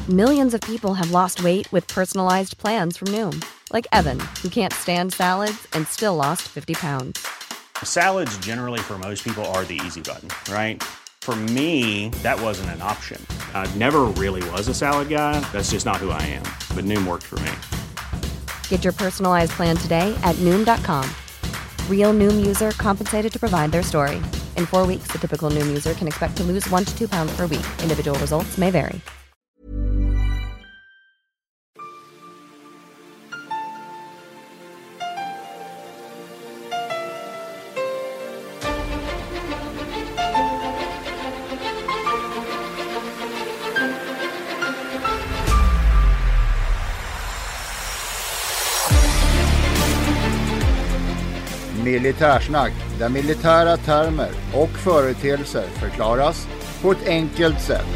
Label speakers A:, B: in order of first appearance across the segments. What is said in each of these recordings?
A: Millions of people have lost weight with personalized plans from Noom. Like Evan, who can't stand salads and still lost 50 pounds.
B: Salads generally for most people are the easy button, right? For me, that wasn't an option. I never really was a salad guy. That's just not who I am. But Noom worked for me.
A: Get your personalized plan today at Noom.com. Real Noom user compensated to provide their story. In 4 weeks, the typical Noom user can expect to lose 1 to 2 pounds per week. Individual results may vary.
C: Militärsnack, där militära termer och företeelser förklaras på ett enkelt sätt.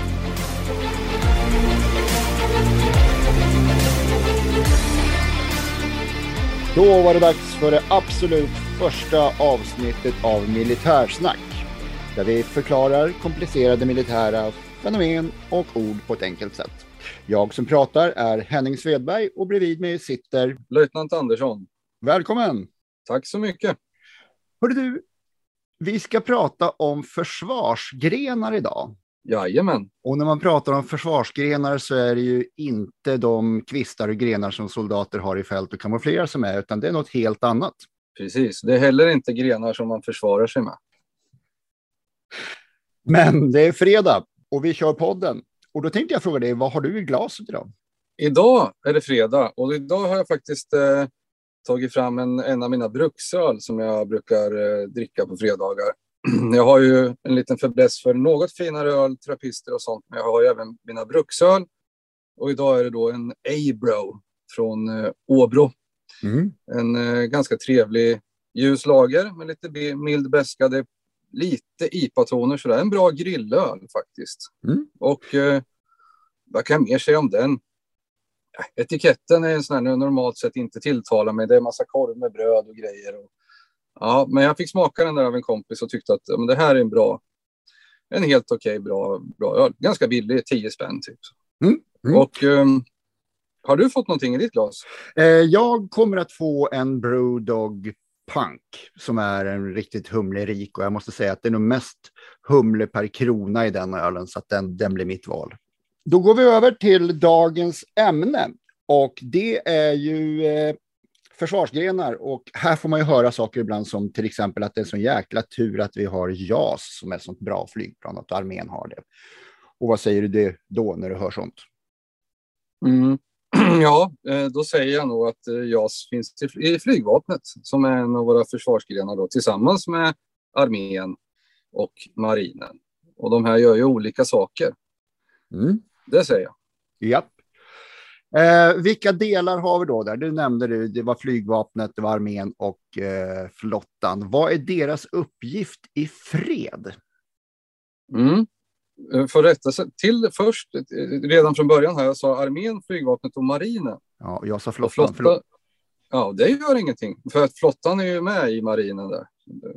C: Då var det dags för det absolut första avsnittet av Militärsnack, där vi förklarar komplicerade militära fenomen och ord på ett enkelt sätt. Jag som pratar är Henning Svedberg och bredvid mig sitter
D: Löjtnant Andersson.
C: Välkommen!
D: Tack så mycket.
C: Hörru du, vi ska prata om försvarsgrenar idag.
D: Jajamän.
C: Och när man pratar om försvarsgrenar så är det ju inte de kvistar och grenar som soldater har i fält och kamouflerar som är, utan det är något helt annat.
D: Precis, det är heller inte grenar som man försvarar sig med.
C: Men det är fredag och vi kör podden. Och då tänkte jag fråga dig, vad har du i glaset idag?
D: Idag är det fredag och idag har jag faktiskt tagit fram en av mina bruksöl som jag brukar dricka på fredagar. Jag har ju en liten fäbless för något finare öl, trappister och sånt, men jag har ju även mina bruksöl. Och idag är det då en A-Bro från Åbro. En ganska trevlig ljus lager med lite mild beska. Det är lite IPA-toner sådär. En bra grillöl faktiskt. Och vad kan jag mer säga om den? Etiketten är en sån här normalt sett inte tilltalar mig. Det är massa korv med bröd och grejer. Ja, men jag fick smaka den där av en kompis och tyckte att men det här är en helt okej, bra öl. Ganska billig, 10 spänn typ. Och har du fått någonting i ditt glas?
C: Jag kommer att få en Brewdog Punk som är en riktigt humlerik, och jag måste säga att det är nog mest humle per krona i den ölen, så att den blir mitt val. Då går vi över till dagens ämne, och det är ju försvarsgrenar, och här får man ju höra saker ibland som till exempel att det är så jäkla tur att vi har JAS som är ett sånt bra flygplan, att armén har det. Och vad säger du det då när du hör sånt?
D: Ja, då säger jag nog att JAS finns i flygvapnet som är en av våra försvarsgrenar då, tillsammans med armén och marinen. Och de här gör ju olika saker. Det säger jag.
C: Ja. Vilka delar har vi då där? Du nämnde det var flygvapnet, det var armén och flottan. Vad är deras uppgift i fred?
D: För rätta till först, redan från början här, jag sa armén, flygvapnet och marinen.
C: Ja, jag sa flottan.
D: Ja, det gör ingenting. För att flottan är ju med i marinen där.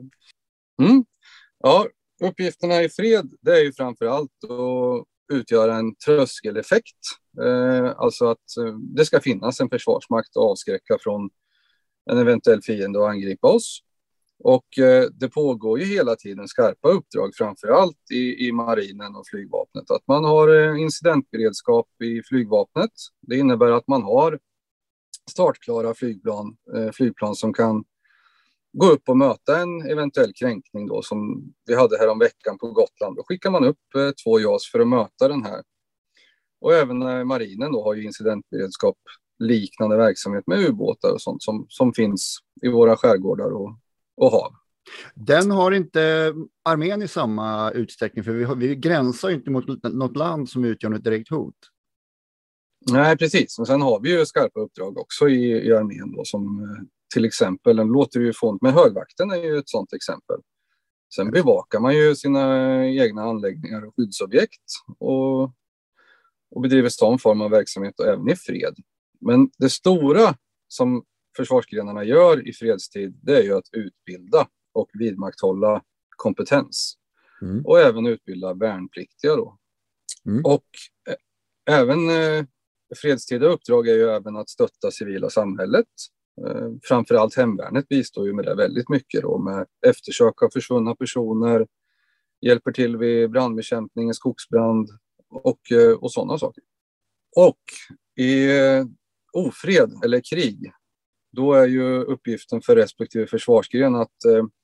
D: Ja, uppgifterna i fred, det är ju framförallt att utgöra en tröskeleffekt. Alltså att det ska finnas en försvarsmakt att avskräcka från en eventuell fiende att angripa oss. Och det pågår ju hela tiden skarpa uppdrag, framförallt i marinen och flygvapnet. Att man har incidentberedskap i flygvapnet. Det innebär att man har startklara flygplan som kan gå upp och möta en eventuell kränkning då, som vi hade här om veckan på Gotland. Då skickar man upp 2 JAS för att möta den här. Och även marinen då har ju incidentberedskap, liknande verksamhet med ubåtar och sånt som finns i våra skärgårdar och hav.
C: Den har inte armén i samma utsträckning, för vi gränsar ju inte mot något land som utgör något direkt hot.
D: Nej, precis. Men sen har vi ju skarpa uppdrag också i armén då, som till exempel, den låter ju fånt, men högvakten är ju ett sånt exempel. Sen bevakar man ju sina egna anläggningar och skyddsobjekt och bedriver sån form av verksamhet och även i fred. Men det stora som försvarsgrenarna gör i fredstid, det är ju att utbilda och vidmakthålla kompetens. Och även utbilda värnpliktiga då. Och Även fredstida uppdrag är ju även att stötta civila samhället. Framförallt hemvärnet bistår ju med det väldigt mycket då, med eftersök av försvunna personer, hjälper till vid brandbekämpning, skogsbrand och sådana saker. Och i ofred eller krig, då är ju uppgiften för respektive försvarsgren att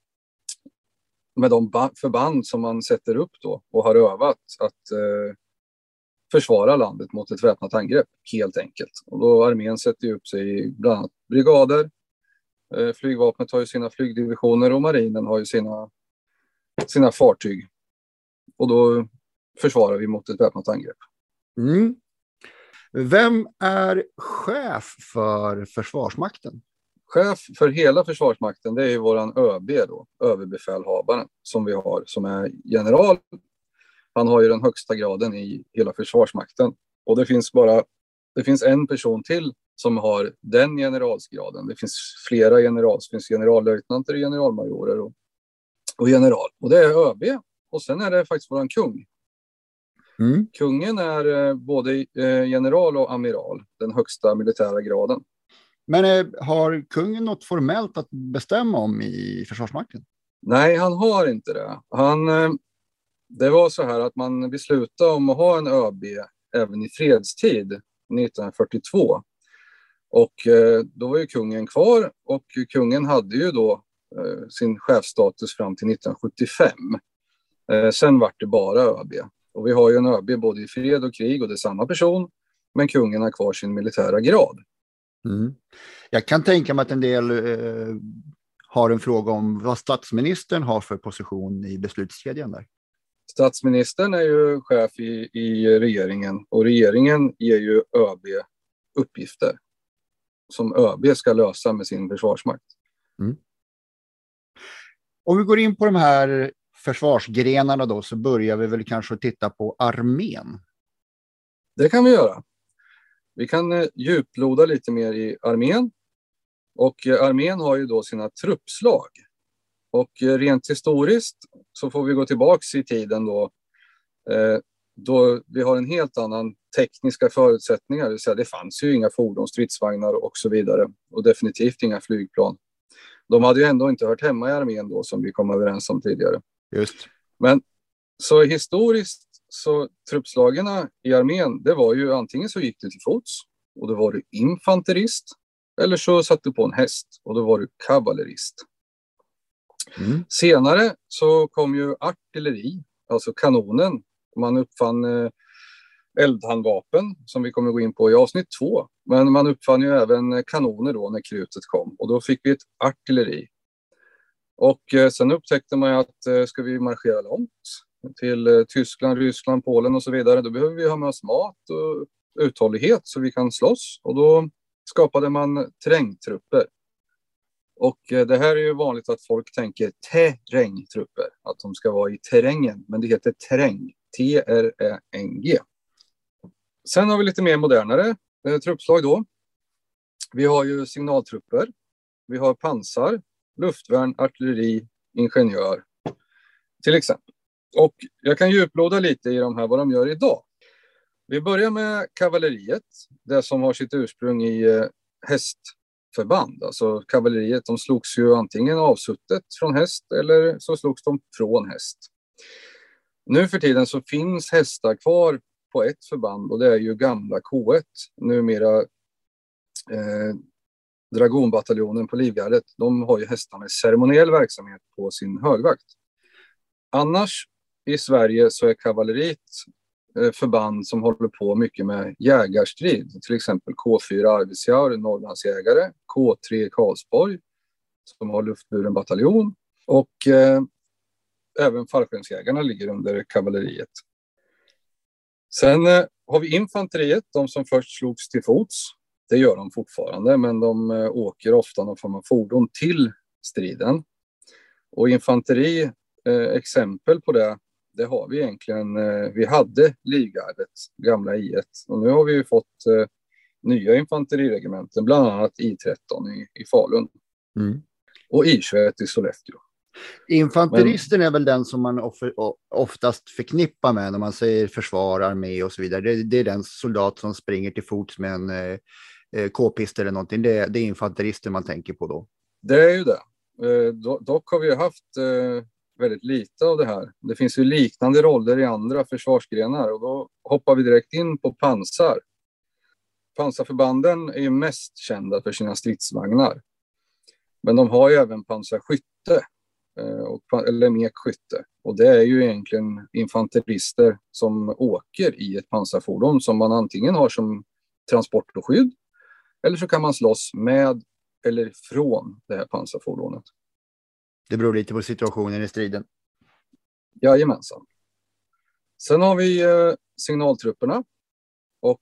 D: med de förband som man sätter upp då och har övat att försvara landet mot ett väpnat angrepp, helt enkelt. Och då armén sätter ju upp sig i bland annat brigader. Flygvapnet har ju sina flygdivisioner och marinen har ju sina fartyg. Och då försvarar vi mot ett väpnat angrepp.
C: Mm. Vem är chef för Försvarsmakten?
D: Chef för hela Försvarsmakten, det är ju våran ÖB då, överbefälhavaren som vi har, som är general. Han har ju den högsta graden i hela Försvarsmakten. Och det finns en person till som har den generalsgraden. Det finns flera det finns generallöjtnanter, generalmajorer och general. Och det är ÖB. Och sen är det faktiskt våran kung. Mm. Kungen är både general och amiral, den högsta militära graden.
C: Men har kungen något formellt att bestämma om i Försvarsmakten?
D: Nej, han har inte det. Det var så här att man beslutade om att ha en ÖB även i fredstid 1942. Och då var ju kungen kvar och kungen hade ju då sin chefstatus fram till 1975. Sen var det bara ÖB. Och vi har ju en ÖB både i fred och krig och det är samma person, men kungen har kvar sin militära grad.
C: Mm. Jag kan tänka mig att en del har en fråga om vad statsministern har för position i beslutskedjan där.
D: Statsministern är ju chef i regeringen och regeringen ger ju ÖB uppgifter som ÖB ska lösa med sin försvarsmakt. Mm.
C: Om vi går in på de här försvarsgrenarna då, så börjar vi väl kanske titta på armén.
D: Det kan vi göra. Vi kan djuploda lite mer i armén. Och armén har ju då sina truppslag. Och rent historiskt så får vi gå tillbaks i tiden då vi har en helt annan tekniska förutsättningar. Det vill säga, det fanns ju inga fordon, stridsvagnar och så vidare. Och definitivt inga flygplan. De hade ju ändå inte hört hemma i armén då, som vi kom överens om tidigare.
C: Just.
D: Men så historiskt så truppslagarna i armén, det var ju antingen så gick du till fots och då var du infanterist, eller så satt du på en häst och då var du kavallerist. Mm. Senare så kom ju artilleri, alltså kanonen. Man uppfann eldhandvapen som vi kommer gå in på i avsnitt 2. Men man uppfann ju även kanoner då när krutet kom och då fick vi ett artilleri. Och sen upptäckte man ju att ska vi marschera långt till Tyskland, Ryssland, Polen och så vidare, då behöver vi ha med oss mat och uthållighet så vi kan slåss. Och då skapade man terrängtrupper. Och det här är ju vanligt att folk tänker terrängtrupper, att de ska vara i terrängen, men det heter terräng, T-R-E-N-G. Sen har vi lite mer modernare truppslag då. Vi har ju signaltrupper, vi har pansar, luftvärn, artilleri, ingenjör till exempel. Och jag kan djuploda lite i de här vad de gör idag. Vi börjar med kavalleriet, det som har sitt ursprung i hästförband. Alltså kavalleriet, de slogs ju antingen avsuttet från häst eller så slogs de från häst. Nu för tiden så finns hästar kvar på ett förband och det är ju gamla K1. Numera Dragonbataljonen på Livgardet, de har ju hästar med ceremoniell verksamhet på sin högvakt. Annars i Sverige så är kavalleriet förband som håller på mycket med jägarstrid. Till exempel K4 Arvidsjaur, Norrlandsjägare, K3 Karlsborg som har luftburen bataljon och även fallskärmsjägarna ligger under kavalleriet. Sen har vi infanteriet, de som först slogs till fots. Det gör de fortfarande, men de åker ofta någon form av fordon till striden. Och infanteri, exempel på det har vi egentligen. Vi hade Livgardet, gamla I1. Och nu har vi ju fått nya infanteriregementen, bland annat I13 i Falun. Mm. Och I21 i Sollefteå.
C: Infanteristen är väl den som man oftast förknippar med när man säger försvar, armé och så vidare. Det är den soldat som springer till fots med en k-pist eller någonting. Det är infanterister man tänker på då.
D: Det är ju det. Dock har vi haft väldigt lite av det här. Det finns ju liknande roller i andra försvarsgrenar och då hoppar vi direkt in på pansar. Pansarförbanden är ju mest kända för sina stridsvagnar. Men de har ju även pansarskytte eller mekskytte. Och det är ju egentligen infanterister som åker i ett pansarfordon som man antingen har som transport och skydd eller så kan man slåss med eller från det här pansarfordonet.
C: Det beror lite på situationen i striden.
D: Jajamensan. Sen har vi signaltrupperna och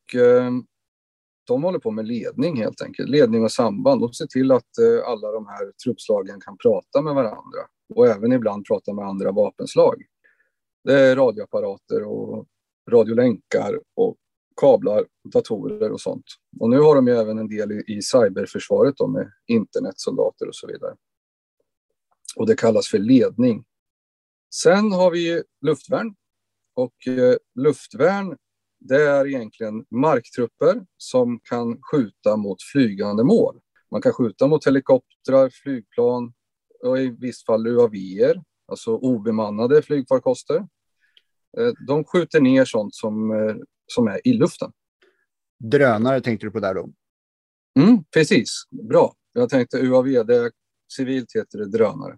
D: de håller på med ledning helt enkelt. Ledning och samband. De ser till att alla de här truppslagen kan prata med varandra och även ibland prata med andra vapenslag. Det är radioapparater och radiolänkar och kablar, datorer och sånt. Och nu har de ju även en del i cyberförsvaret då, med internetsoldater och så vidare. Och det kallas för ledning. Sen har vi luftvärn. Och luftvärn, det är egentligen marktrupper som kan skjuta mot flygande mål. Man kan skjuta mot helikoptrar, flygplan och i visst fall UAV:er, alltså obemannade flygfarkoster. De skjuter ner sånt som är i luften.
C: Drönare tänkte du på där då?
D: Precis, bra. Jag tänkte UAV, det civilt heter det drönare.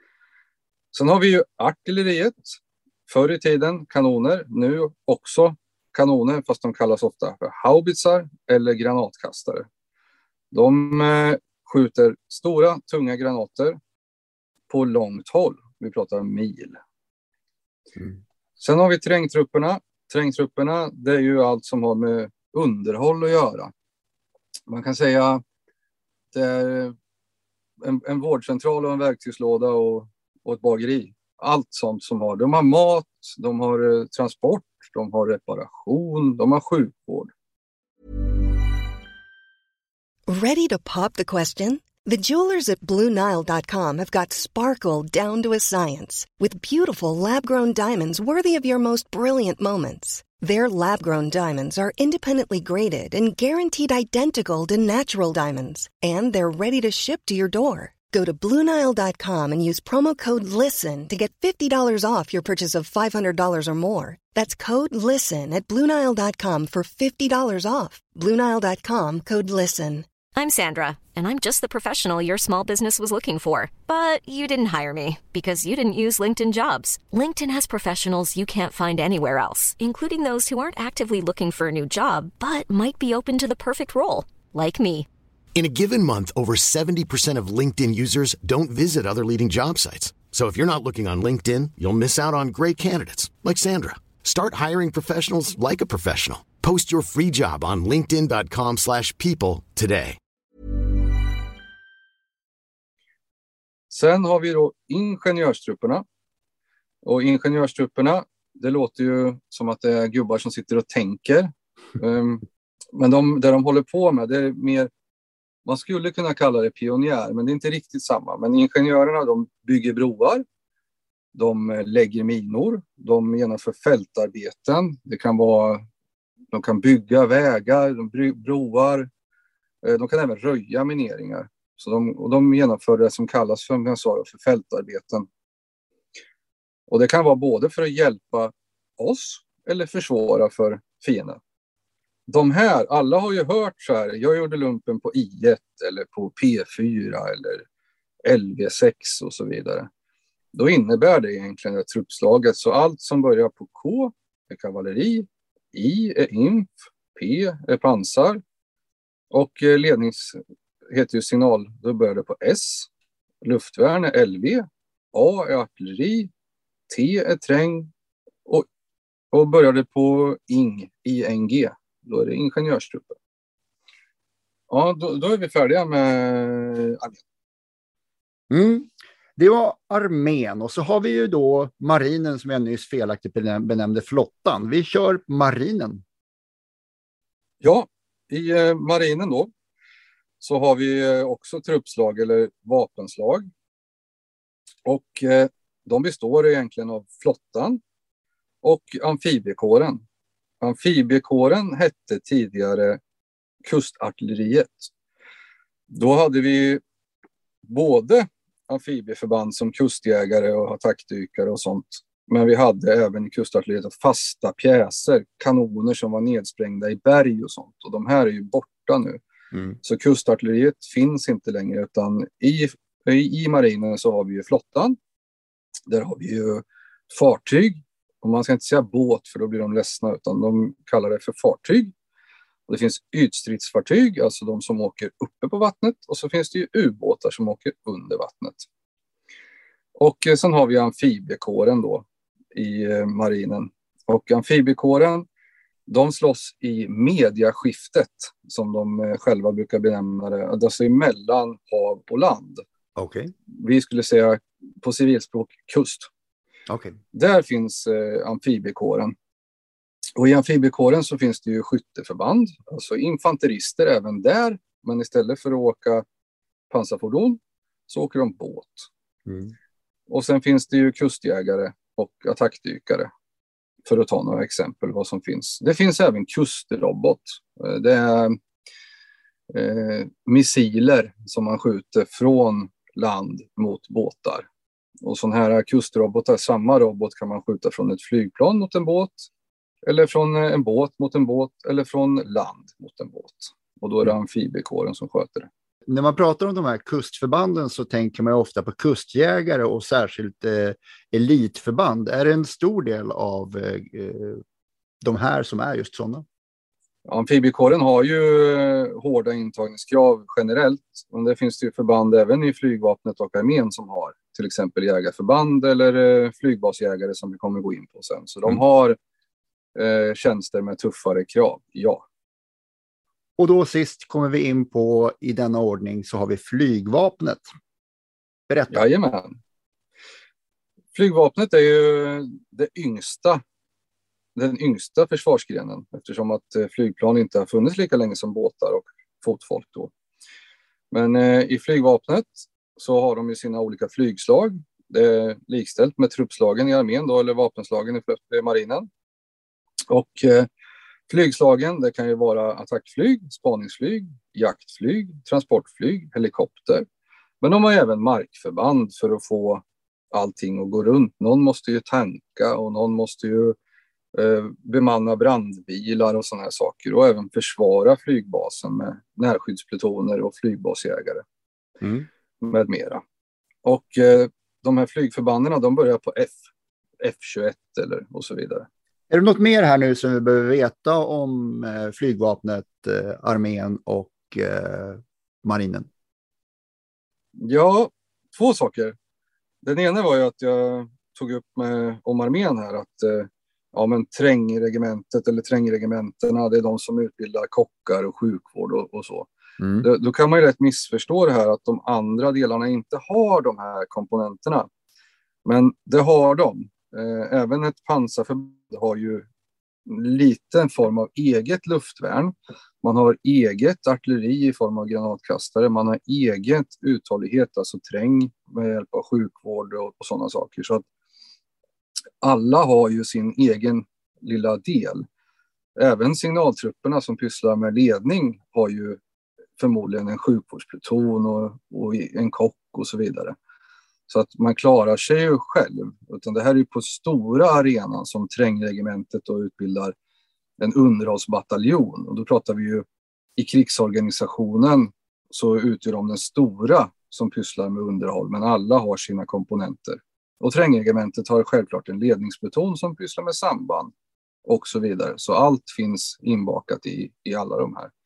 D: Sen har vi ju artilleriet. Förr i tiden kanoner, nu också kanoner, fast de kallas ofta för haubitsar eller granatkastare. De skjuter stora, tunga granater på långt håll. Vi pratar mil. Sen har vi terrängtrupperna. Terrängtrupperna, det är ju allt som har med underhåll att göra. Man kan säga det är en vårdcentral och en verktygslåda och ett bageri. Allt sånt som har. De har mat, de har transport, de har reparation, de har sjukvård.
E: Ready to pop the question? The jewelers at BlueNile.com have got sparkle down to a science with beautiful lab-grown diamonds worthy of your most brilliant moments. Their lab-grown diamonds are independently graded and guaranteed identical to natural diamonds, and they're ready to ship to your door. Go to BlueNile.com and use promo code LISTEN to get $50 off your purchase of $500 or more. That's code LISTEN at BlueNile.com for $50 off. BlueNile.com, code LISTEN.
F: I'm Sandra, and I'm just the professional your small business was looking for. But you didn't hire me because you didn't use LinkedIn Jobs. LinkedIn has professionals you can't find anywhere else, including those who aren't actively looking for a new job, but might be open to the perfect role, like me.
G: In a given month, over 70% of LinkedIn users don't visit other leading job sites. So if you're not looking on LinkedIn, you'll miss out on great candidates like Sandra. Start hiring professionals like a professional. Post your free job on linkedin.com/people today.
D: Sen har vi då ingenjörstrupperna. Och ingenjörstrupperna, det låter ju som att det är gubbar som sitter och tänker. Men det de håller på med, det är mer, man skulle kunna kalla det pionjär, men det är inte riktigt samma. Men ingenjörerna, de bygger broar, de lägger minor, de genomför fältarbeten. Det kan vara, de kan bygga vägar, broar, de kan även röja mineringar. Så de genomför det som kallas för fältarbeten. Och det kan vara både för att hjälpa oss eller försvåra för fienden. De här, alla har ju hört så här, jag gjorde lumpen på I1 eller på P4 eller LV6 och så vidare. Då innebär det egentligen ett truppslaget. Så allt som börjar på K är kavalleri, I är inf, P är pansar och lednings heter ju signal, då börjar det på S. Luftvärn är LV, A är artilleri, T är träng och börjar det på ING, då är det ingenjörstrupper. Ja, då är vi färdiga med armén.
C: Det var armén och så har vi ju då marinen som jag nyss felaktigt benämnde flottan. Vi kör marinen.
D: Ja, i marinen då så har vi också truppslag eller vapenslag. Och de består egentligen av flottan och amfibiekåren. Amfibiekåren hette tidigare kustartilleriet. Då hade vi både amfibieförband som kustjägare och attackdykare och sånt. Men vi hade även i kustartilleriet fasta pjäser, kanoner som var nedsprängda i berg och sånt. Och de här är ju borta nu. Så kustartilleriet finns inte längre, utan i marinen så har vi ju flottan. Där har vi ju fartyg. Och man ska inte säga båt för då blir de ledsna, utan de kallar det för fartyg. Och det finns ytstridsfartyg, alltså de som åker uppe på vattnet. Och så finns det ju ubåtar som åker under vattnet. Och sen har vi amfibiekåren då i marinen. Och amfibiekåren, de slåss i mediaskiftet, som de själva brukar benämna det. Alltså mellan hav och land.
C: Okay.
D: Vi skulle säga på civilspråk kust.
C: Okay.
D: Där finns amfibiekåren. Och i amfibiekåren så finns det ju skytteförband, alltså infanterister även där. Men istället för att åka pansarfordon så åker de båt. Och sen finns det ju kustjägare och attackdykare. För att ta några exempel vad som finns. Det finns även kustrobot. Det är missiler som man skjuter från land mot båtar. Och sån här kustrobotar, samma robot kan man skjuta från ett flygplan mot en båt. Eller från en båt mot en båt. Eller från land mot en båt. Och då är det amfibiekåren som sköter det.
C: När man pratar om de här kustförbanden så tänker man ofta på kustjägare och särskilt elitförband. Är det en stor del av de här som är just sådana?
D: Amfibiekåren har ju hårda intagningskrav generellt. Men det finns ju förband även i flygvapnet och armén som har. Till exempel jägarförband eller flygbasjägare som vi kommer gå in på sen. Så de har tjänster med tuffare krav, ja.
C: Och då sist kommer vi in på, i denna ordning, så har vi flygvapnet. Berätta.
D: Jajamän. Flygvapnet är ju den yngsta försvarsgrenen, eftersom att flygplan inte har funnits lika länge som båtar och fotfolk då. Men i flygvapnet så har de ju sina olika flygslag. Det är likställt med truppslagen i armén då, eller vapenslagen i marinen. Och flygslagen, det kan ju vara attackflyg, spaningsflyg, jaktflyg, transportflyg, helikopter. Men de har även markförband för att få allting att gå runt. Någon måste ju tanka och någon måste ju bemanna brandbilar och sådana här saker. Och även försvara flygbasen med närskyddsplutoner och flygbasjägare med mera. Och de här flygförbanden, de börjar på F21 och så vidare.
C: Är det något mer här nu som vi behöver veta om flygvapnet, armén och marinen?
D: Ja, 2 saker. Den ena var ju att jag tog upp om armén här att trängregementet eller trängregementerna, det är de som utbildar kockar och sjukvård och så. Då kan man ju rätt missförstå det här att de andra delarna inte har de här komponenterna. Men det har de. Även ett pansarförband har ju liten form av eget luftvärn. Man har eget artilleri i form av granatkastare. Man har eget uthållighet, alltså träng med hjälp av sjukvård och sådana saker. Så att alla har ju sin egen lilla del. Även signaltrupperna som pysslar med ledning har ju förmodligen en sjukvårdspluton och en kock och så vidare. Så att man klarar sig ju själv. Utan det här är ju på stora arenan som trängregementet och utbildar en underhållsbataljon. Och då pratar vi ju i krigsorganisationen så utgör de den stora som pysslar med underhåll. Men alla har sina komponenter. Och trängregementet har självklart en ledningspluton som pysslar med samband och så vidare. Så allt finns inbakat i alla de här.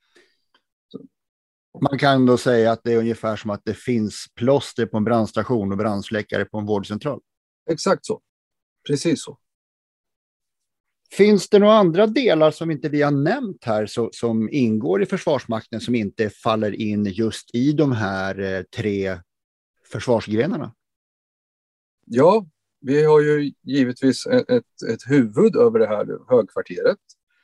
C: Man kan då säga att det är ungefär som att det finns plåster på en brandstation och brandsläckare på en vårdcentral.
D: Exakt så. Precis så.
C: Finns det några andra delar som inte vi har nämnt här som ingår i Försvarsmakten som inte faller in just i de här 3 försvarsgrenarna?
D: Ja, vi har ju givetvis ett huvud över det här högkvarteret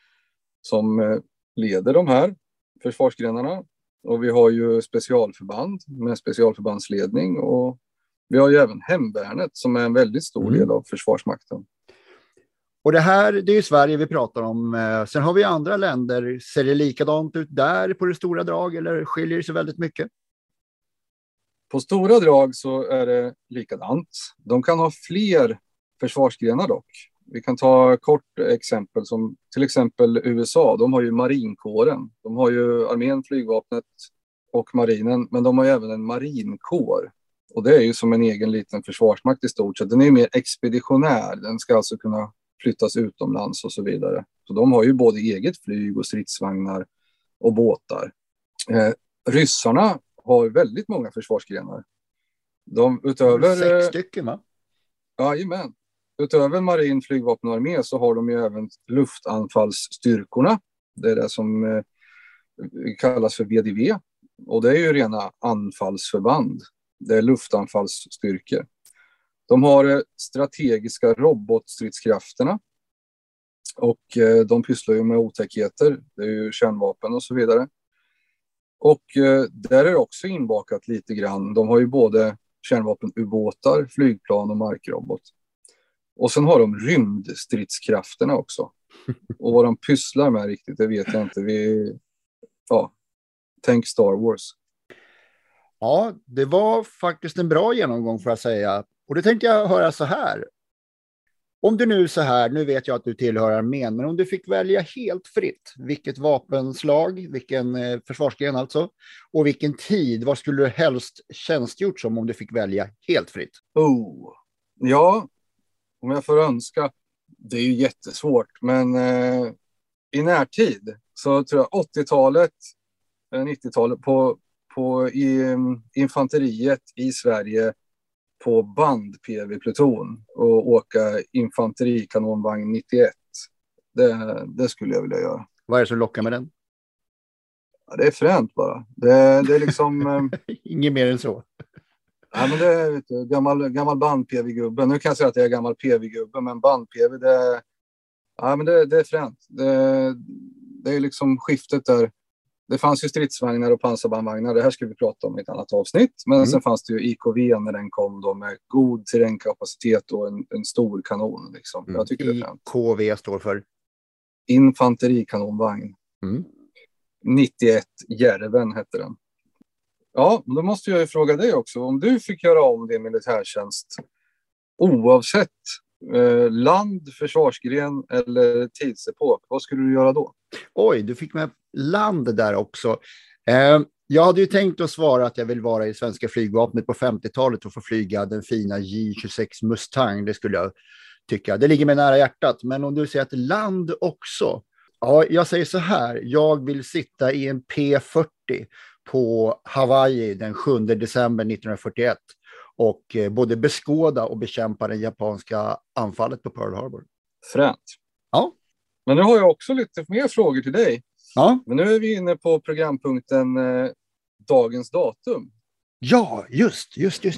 D: som leder de här försvarsgrenarna. Och vi har ju specialförband med specialförbandsledning och Vi har ju även hemvärnet som är en väldigt stor del av Försvarsmakten.
C: Och det är ju Sverige vi pratar om. Sen har vi andra länder. Ser det likadant ut där på det stora drag eller skiljer det sig väldigt mycket?
D: På stora drag så är det likadant. De kan ha fler försvarsgrenar dock. Vi kan ta kort exempel som till exempel USA. De har ju marinkåren. De har ju armén, flygvapnet och marinen. Men de har ju även en marinkår. Och det är ju som en egen liten försvarsmakt i stort sett. Den är mer expeditionär. Den ska alltså kunna flyttas utomlands och så vidare. Så de har ju både eget flyg och stridsvagnar och båtar. Ryssarna har väldigt många försvarsgrenar. Utöver
C: 6 stycken va?
D: Jajamän. Utöver marin, flygvapen och armé så har de ju även luftanfallsstyrkorna. Det är det som kallas för VDV. Och det är ju rena anfallsförband. Det är luftanfallsstyrkor. De har strategiska robotstridskrafterna. Och de pysslar ju med otäckheter. Det är ju kärnvapen och så vidare. Och där är det också inbakat lite grann. De har ju både kärnvapenubåtar, flygplan och markrobot. Och sen har de rymdstridskrafterna också. Och vad de pysslar med riktigt, det vet jag inte. Tänk Star Wars.
C: Ja, det var faktiskt en bra genomgång får jag säga. Och det tänkte jag höra så här. Om du nu vet jag att du tillhör armén, men om du fick välja helt fritt, vilket vapenslag, vilken försvarsgren alltså, och vilken tid, vad skulle du helst tjänstgjort som om du fick välja helt fritt?
D: Ja, om jag får önska, det är ju jättesvårt, men i närtid så tror jag 80-talet, 90-talet i infanteriet i Sverige på band-PV-pluton och åka infanterikanonvagn 91. Det skulle jag vilja göra.
C: Vad är det som lockar med den?
D: Ja, det är fränt bara. Det är liksom...
C: Inget mer än så.
D: Ja, men det är gammal band-PV-gubbe. Nu kan jag säga att jag är gammal PV-gubbe, men band-PV det är fränt. Det är liksom skiftet där. Det fanns ju stridsvagnar och pansarbandvagnar. Det här ska vi prata om i ett annat avsnitt. Men sen fanns det ju IKV när den kom då med god terrängkapacitet och en stor kanon. Liksom. Jag tycker det är fränt.
C: IKV står för?
D: Infanterikanonvagn. 91 Järven hette den. Ja, då måste jag ju fråga dig också. Om du fick göra om din militärtjänst oavsett land, försvarsgren eller tidsepok, vad skulle du göra då?
C: Oj, du fick med land där också. Jag hade ju tänkt att svara att jag vill vara i svenska flygvapnet på 50-talet och få flyga den fina J26 Mustang. Det skulle jag tycka. Det ligger mig nära hjärtat. Men om du säger att land också. Ja, jag säger så här. Jag vill sitta i en P40 på Hawaii den 7 december 1941 och både beskåda och bekämpa det japanska anfallet på Pearl Harbor.
D: Fränt.
C: Ja.
D: Men nu har jag också lite mer frågor till dig.
C: Ja.
D: Men nu är vi inne på programpunkten dagens datum.
C: Ja, just.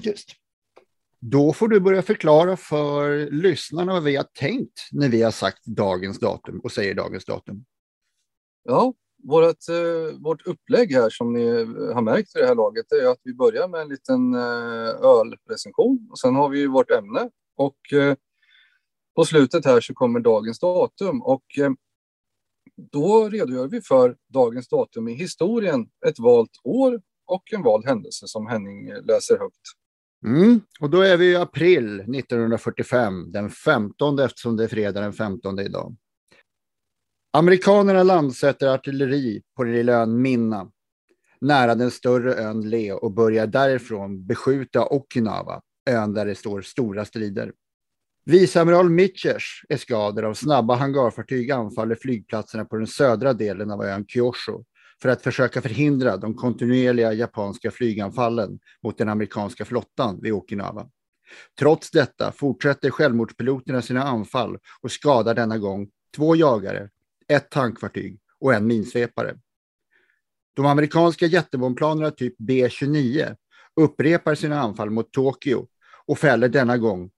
C: Då får du börja förklara för lyssnarna vad vi har tänkt när vi har sagt dagens datum och säger dagens datum.
D: Ja, vårt upplägg här som ni har märkt i det här laget är att vi börjar med en liten ölrecension och sen har vi vårt ämne och på slutet här så kommer dagens datum och då redogör vi för dagens datum i historien, ett valt år och en vald händelse som Henning läser högt.
C: Och då är vi i april 1945, den 15 eftersom det är fredag den 15 idag. Amerikanerna landsätter artilleri på den lilla ön Minna, nära den större ön Le och börjar därifrån beskjuta Okinawa, ön där det står stora strider. Viceamiral Mitchers eskador av snabba hangarfartyg anfaller flygplatserna på den södra delen av ön Kyushu för att försöka förhindra de kontinuerliga japanska flyganfallen mot den amerikanska flottan vid Okinawa. Trots detta fortsätter självmordspiloterna sina anfall och skadar denna gång 2 jagare, 1 tankfartyg och 1 minsvepare. De amerikanska jättebombplanerna typ B-29 upprepar sina anfall mot Tokyo och fäller denna gång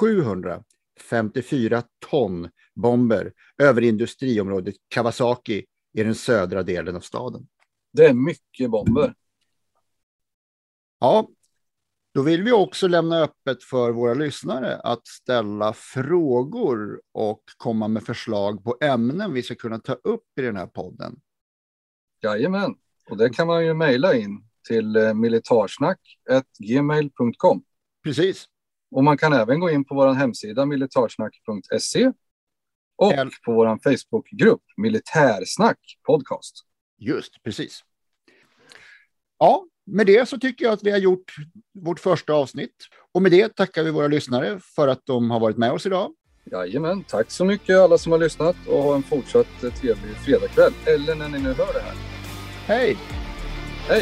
C: 754 ton bomber över industriområdet Kawasaki i den södra delen av staden.
D: Det är mycket bomber.
C: Ja, Då vill vi också lämna öppet för våra lyssnare att ställa frågor och komma med förslag på ämnen vi ska kunna ta upp i den här podden.
D: Jajamän, och det kan man ju mejla in till militarsnack@gmail.com.
C: Precis.
D: Och man kan även gå in på vår hemsida militarsnack.se och på vår Facebookgrupp Militärsnack podcast.
C: Just, precis. Ja, med det så tycker jag att vi har gjort vårt första avsnitt. Och med det tackar vi våra lyssnare för att de har varit med oss idag.
D: Jajamän, tack så mycket alla som har lyssnat och ha en fortsatt trevlig fredagkväll. Eller när ni nu hör det här.
C: Hej!
D: Hej!